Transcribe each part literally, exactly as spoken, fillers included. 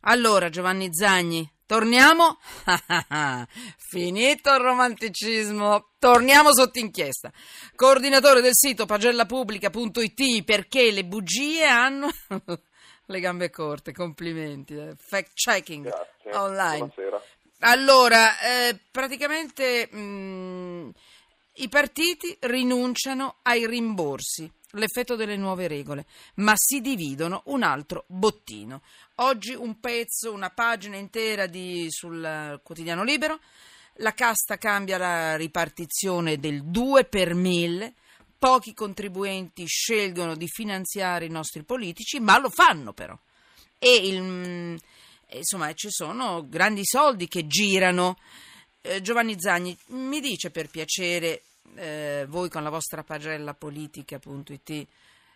Allora, Giovanni Zagni, torniamo? Finito il romanticismo, torniamo sotto inchiesta. Coordinatore del sito pagellapubblica punto it, perché le bugie hanno le gambe corte, complimenti. Eh. Fact checking Grazie. online. Buonasera. Allora, eh, praticamente mh, i partiti rinunciano ai rimborsi, l'effetto delle nuove regole, ma si dividono un altro bottino. Oggi un pezzo, una pagina intera di, sul quotidiano Libero, la casta cambia la ripartizione del due per mille, pochi contribuenti scelgono di finanziare i nostri politici, ma lo fanno però. E il, insomma ci sono grandi soldi che girano. Eh, Giovanni Zagni, mi dice per piacere, eh, voi con la vostra pagella politica punto it,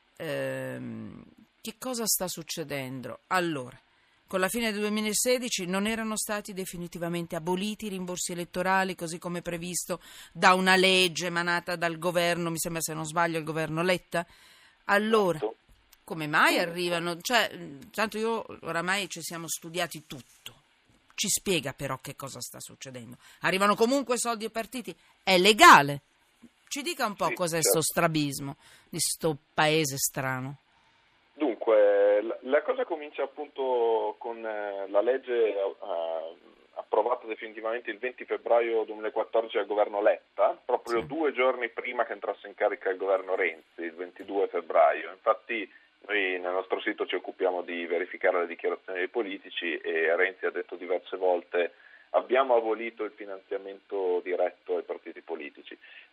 ehm, che cosa sta succedendo? Allora, con la fine del duemilasedici non erano stati definitivamente aboliti i rimborsi elettorali così come previsto da una legge emanata dal governo, mi sembra, se non sbaglio, il governo Letta? Allora, come mai arrivano? Cioè, tanto io oramai ci siamo studiati tutto. Ci spiega però che cosa sta succedendo. Arrivano comunque soldi ai partiti? È legale? Ci dica un po' Sì, cos'è certo. sto strabismo di sto paese strano. Dunque, la, la cosa comincia appunto con eh, la legge eh, approvata definitivamente il venti febbraio duemilaquattordici dal governo Letta, proprio Sì. due giorni prima che entrasse in carica il governo Renzi, il ventidue febbraio. Infatti noi nel nostro sito ci occupiamo di verificare le dichiarazioni dei politici e Renzi ha detto diverse volte: abbiamo abolito il finanziamento diretto ai partiti politici.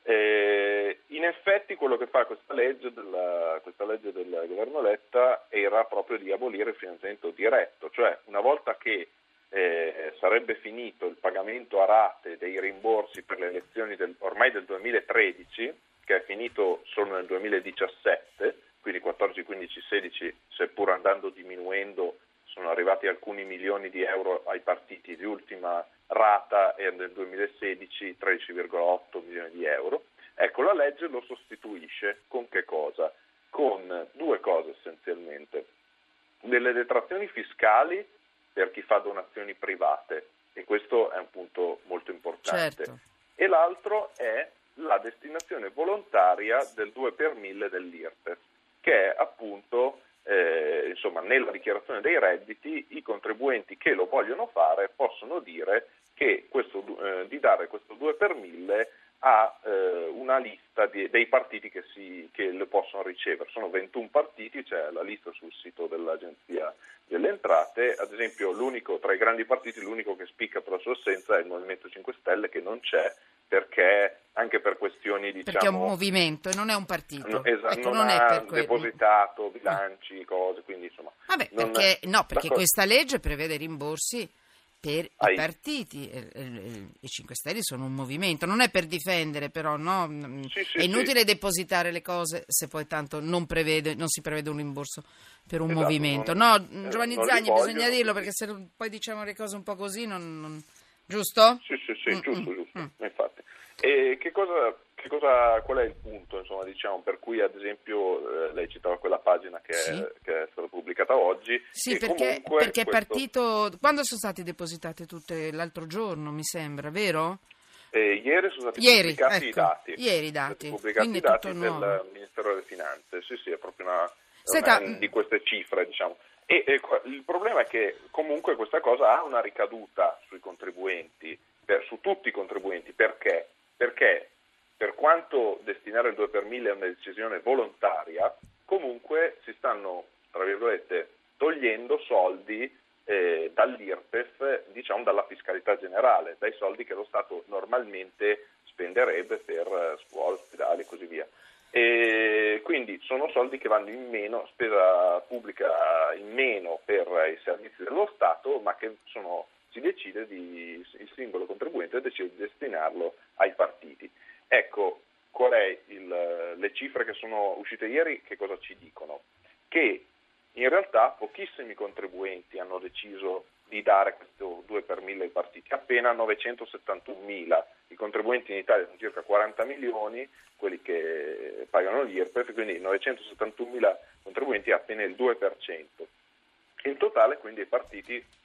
Eh, in effetti quello che fa questa legge, della, questa legge del governo Letta era proprio di abolire il finanziamento diretto, cioè una volta che eh, sarebbe finito il pagamento a rate dei rimborsi per le elezioni del, ormai del duemilatredici, che è finito solo nel duemiladiciassette, quindi quattordici, quindici, sedici, seppur andando diminuendo, sono arrivati alcuni milioni di euro ai partiti, di ultima rata è nel duemilasedici tredici virgola otto milioni di euro. Ecco, la legge lo sostituisce con che cosa? Con due cose essenzialmente: delle detrazioni fiscali per chi fa donazioni private, e questo è un punto molto importante, Certo. e l'altro è la destinazione volontaria del due per mille dell'I R P E F, che è appunto Eh, insomma, nella dichiarazione dei redditi i contribuenti che lo vogliono fare possono dire che questo, eh, di dare questo due per mille a eh, una lista di, dei partiti che, si, che lo possono ricevere. Sono ventuno partiti, c'è la lista sul sito dell'Agenzia delle Entrate. Ad esempio, l'unico tra i grandi partiti, l'unico che spicca per la sua assenza è il Movimento cinque Stelle, che non c'è perché anche per questioni, diciamo, Perché è un movimento e non è un partito. No, esatto, Ecco, non, non è ha per que- depositato bilanci, cose, quindi insomma. Vabbè, non perché, è, no, perché d'accordo. questa legge prevede rimborsi per Ai- i partiti. E- e- e- I cinque Stelle sono un movimento, non è per difendere, però, no? Sì, sì, È inutile sì. depositare le cose se poi tanto non prevede, non si prevede un rimborso per un Esatto, movimento. non- No, eh, Giovanni non li Zagni, vogliono, bisogna dirlo, quindi- perché se non- poi diciamo le cose un po' così, non, non- giusto? Sì, sì, sì, Mm, giusto, mm, giusto, mm. infatti. E che cosa, che cosa, qual è il punto, insomma, diciamo, per cui ad esempio eh, lei citava quella pagina che, Sì. è, che è stata pubblicata oggi, Sì, e perché, comunque perché è questo, partito. Quando sono state depositate tutte? L'altro giorno, mi sembra, vero? eh, ieri sono stati Ieri, pubblicati i ecco, dati. ieri i Sono stati dati, pubblicati quindi i è tutto dati nuovo. del Ministero delle Finanze, sì, sì, è proprio una, Senta, una di queste cifre, diciamo. E, e qua- il problema è che comunque questa cosa ha una ricaduta sui contribuenti, per, su tutti i contribuenti. Perché? Perché per quanto destinare il due per mille è una decisione volontaria, comunque si stanno, tra virgolette, togliendo soldi eh, dall'I R P E F, diciamo dalla fiscalità generale, dai soldi che lo Stato normalmente spenderebbe per eh, scuole, ospedali e così via. E quindi sono soldi che vanno in meno, spesa pubblica in meno per i servizi dello Stato, ma che sono, si decide di, il singolo contribuente decide di destinarlo ai partiti. Ecco, qual è il, le cifre che sono uscite ieri, che cosa ci dicono? Che in realtà pochissimi contribuenti hanno deciso di dare questo due per mille ai partiti, appena novecentosettantunomila. I contribuenti in Italia sono circa quaranta milioni, quelli che pagano l'I R P E F, quindi novecentosettantunomila contribuenti è appena il due per cento. In totale quindi ai partiti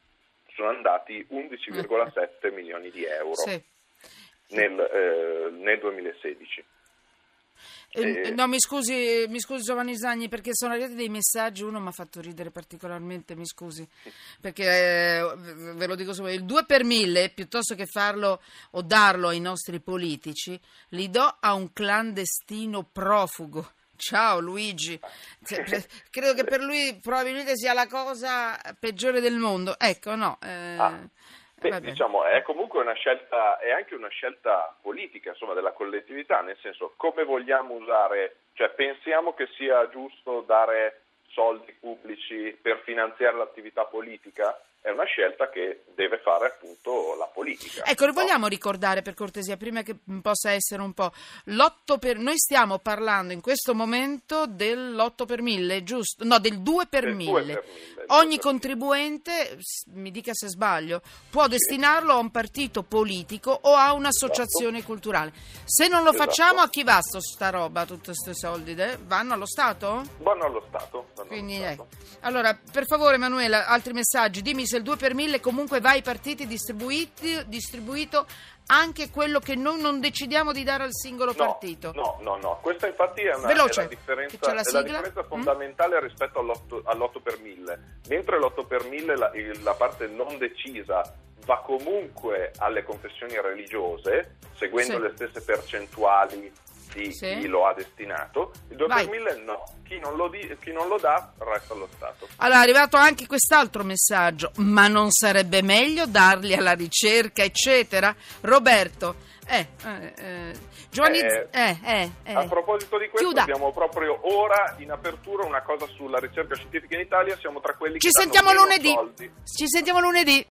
sono andati undici virgola sette milioni di euro sì. nel, eh, nel duemilasedici. Eh, no, mi scusi, mi scusi Giovanni Zagni, perché sono arrivati dei messaggi, uno mi ha fatto ridere particolarmente, mi scusi, perché eh, ve lo dico subito, il due per mille, piuttosto che farlo o darlo ai nostri politici, li do a un clandestino profugo. Ciao Luigi, credo che per lui probabilmente sia la cosa peggiore del mondo, ecco, no. Eh... Ah. Beh, diciamo, è comunque una scelta, è anche una scelta politica, insomma, della collettività, nel senso, come vogliamo usare, cioè pensiamo che sia giusto dare soldi pubblici per finanziare l'attività politica? È una scelta che deve fare appunto la politica. Ecco, no? Vogliamo ricordare per cortesia, prima che possa essere un po' l'otto per... Noi stiamo parlando in questo momento dell'otto per mille, giusto? No, del due per mille. Ogni contribuente, mi dica se sbaglio, può destinarlo a un partito politico o a un'associazione esatto. culturale. Se non lo esatto. facciamo, a chi va sto, sta roba, tutti questi soldi? Eh? Vanno allo Stato? Vanno allo Stato. Vanno Quindi, allo Stato. Eh. Allora, per favore Emanuela, altri messaggi. Dimmi se il due per mille comunque va ai partiti distribuiti, distribuito anche quello che noi non decidiamo di dare al singolo no, partito. No, no, no, questa infatti è, una, Veloce, è la differenza, c'è la è la differenza fondamentale mm? rispetto all'otto, all'otto per mille. Mentre l'otto per mille la, la parte non decisa va comunque alle confessioni religiose, seguendo sì. le stesse percentuali di sì. chi lo ha destinato, il due per mille no, chi non, lo di, chi non lo dà resta allo Stato. Allora è arrivato anche quest'altro messaggio, ma non sarebbe meglio darli alla ricerca eccetera? Roberto, eh, eh, eh, Giovanni, eh, eh, eh, eh. a proposito di questo Chiuda. Abbiamo proprio ora in apertura una cosa sulla ricerca scientifica in Italia, siamo tra quelli ci che sentiamo danno lunedì. soldi. Ci sentiamo lunedì.